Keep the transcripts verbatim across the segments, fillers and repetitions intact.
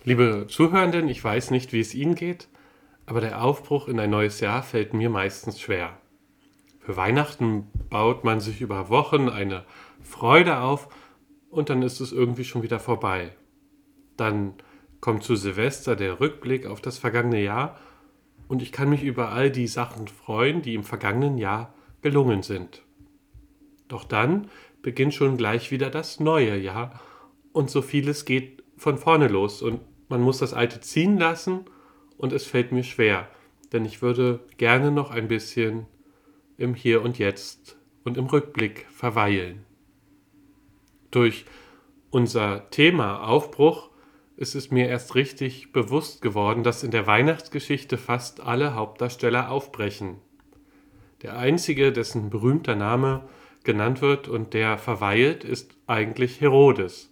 Liebe Zuhörenden, ich weiß nicht, wie es Ihnen geht, aber der Aufbruch in ein neues Jahr fällt mir meistens schwer. Für Weihnachten baut man sich über Wochen eine Freude auf und dann ist es irgendwie schon wieder vorbei. Dann kommt zu Silvester der Rückblick auf das vergangene Jahr und ich kann mich über all die Sachen freuen, die im vergangenen Jahr gelungen sind. Doch dann beginnt schon gleich wieder das neue Jahr und so vieles geht von vorne los und man muss das Alte ziehen lassen und es fällt mir schwer, denn ich würde gerne noch ein bisschen im Hier und Jetzt und im Rückblick verweilen. Durch unser Thema Aufbruch ist es mir erst richtig bewusst geworden, dass in der Weihnachtsgeschichte fast alle Hauptdarsteller aufbrechen. Der einzige, dessen berühmter Name genannt wird und der verweilt, ist eigentlich Herodes.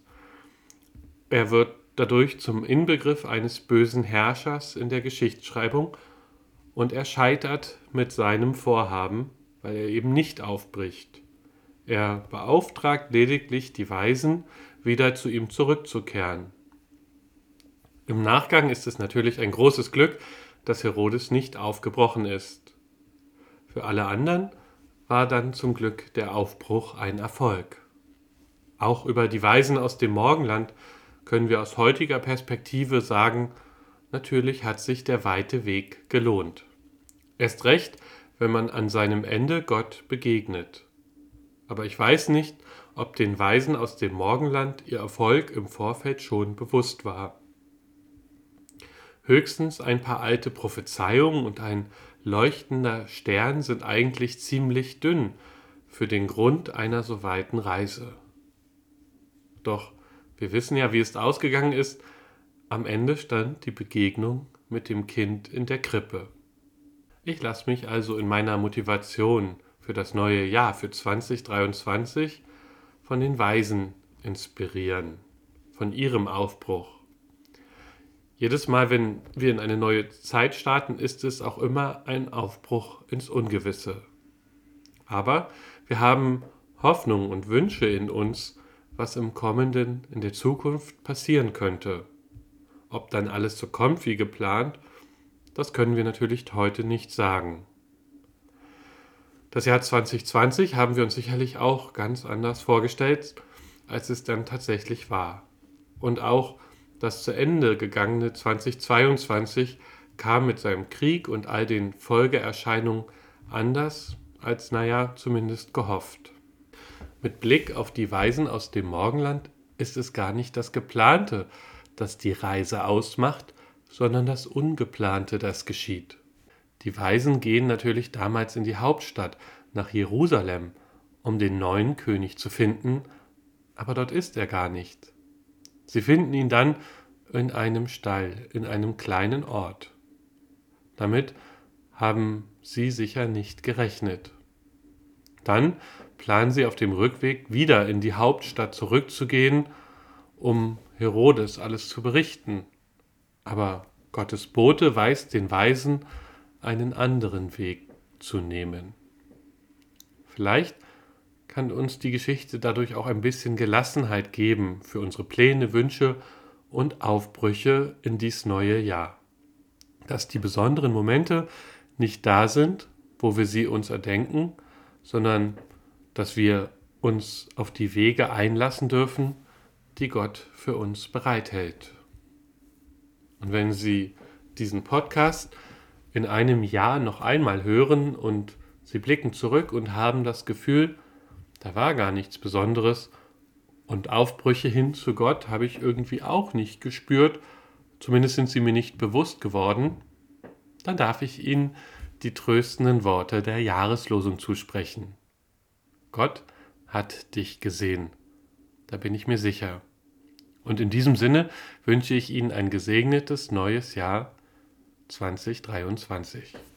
Er wird dadurch zum Inbegriff eines bösen Herrschers in der Geschichtsschreibung und er scheitert mit seinem Vorhaben, weil er eben nicht aufbricht. Er beauftragt lediglich die Weisen, wieder zu ihm zurückzukehren. Im Nachgang ist es natürlich ein großes Glück, dass Herodes nicht aufgebrochen ist. Für alle anderen war dann zum Glück der Aufbruch ein Erfolg. Auch über die Weisen aus dem Morgenland können wir aus heutiger Perspektive sagen, natürlich hat sich der weite Weg gelohnt. Erst recht, wenn man an seinem Ende Gott begegnet. Aber ich weiß nicht, ob den Weisen aus dem Morgenland ihr Erfolg im Vorfeld schon bewusst war. Höchstens ein paar alte Prophezeiungen und ein leuchtender Stern sind eigentlich ziemlich dünn für den Grund einer so weiten Reise. Doch wir wissen ja, wie es ausgegangen ist. Am Ende stand die Begegnung mit dem Kind in der Krippe. Ich lasse mich also in meiner Motivation für das neue Jahr, für zwanzig dreiundzwanzig, von den Weisen inspirieren, von ihrem Aufbruch. Jedes Mal, wenn wir in eine neue Zeit starten, ist es auch immer ein Aufbruch ins Ungewisse. Aber wir haben Hoffnung und Wünsche in uns, was im Kommenden, in der Zukunft passieren könnte. Ob dann alles so kommt wie geplant, das können wir natürlich heute nicht sagen. Das Jahr zwanzig zwanzig haben wir uns sicherlich auch ganz anders vorgestellt, als es dann tatsächlich war. Und auch das zu Ende gegangene zwanzig zweiundzwanzig kam mit seinem Krieg und all den Folgeerscheinungen anders als, naja, zumindest gehofft. Mit Blick auf die Weisen aus dem Morgenland ist es gar nicht das Geplante, das die Reise ausmacht, sondern das Ungeplante, das geschieht. Die Weisen gehen natürlich damals in die Hauptstadt, nach Jerusalem, um den neuen König zu finden, aber dort ist er gar nicht. Sie finden ihn dann in einem Stall, in einem kleinen Ort. Damit haben sie sicher nicht gerechnet. Dann planen sie auf dem Rückweg wieder in die Hauptstadt zurückzugehen, um Herodes alles zu berichten. Aber Gottes Bote weist den Weisen, einen anderen Weg zu nehmen. Vielleicht kann uns die Geschichte dadurch auch ein bisschen Gelassenheit geben für unsere Pläne, Wünsche und Aufbrüche in dies neue Jahr. Dass die besonderen Momente nicht da sind, wo wir sie uns erdenken, sondern dass wir uns auf die Wege einlassen dürfen, die Gott für uns bereithält. Und wenn Sie diesen Podcast in einem Jahr noch einmal hören und Sie blicken zurück und haben das Gefühl, da war gar nichts Besonderes und Aufbrüche hin zu Gott habe ich irgendwie auch nicht gespürt, zumindest sind sie mir nicht bewusst geworden, dann darf ich Ihnen die tröstenden Worte der Jahreslosung zusprechen. Gott hat dich gesehen, da bin ich mir sicher. Und in diesem Sinne wünsche ich Ihnen ein gesegnetes neues Jahr zwanzig dreiundzwanzig.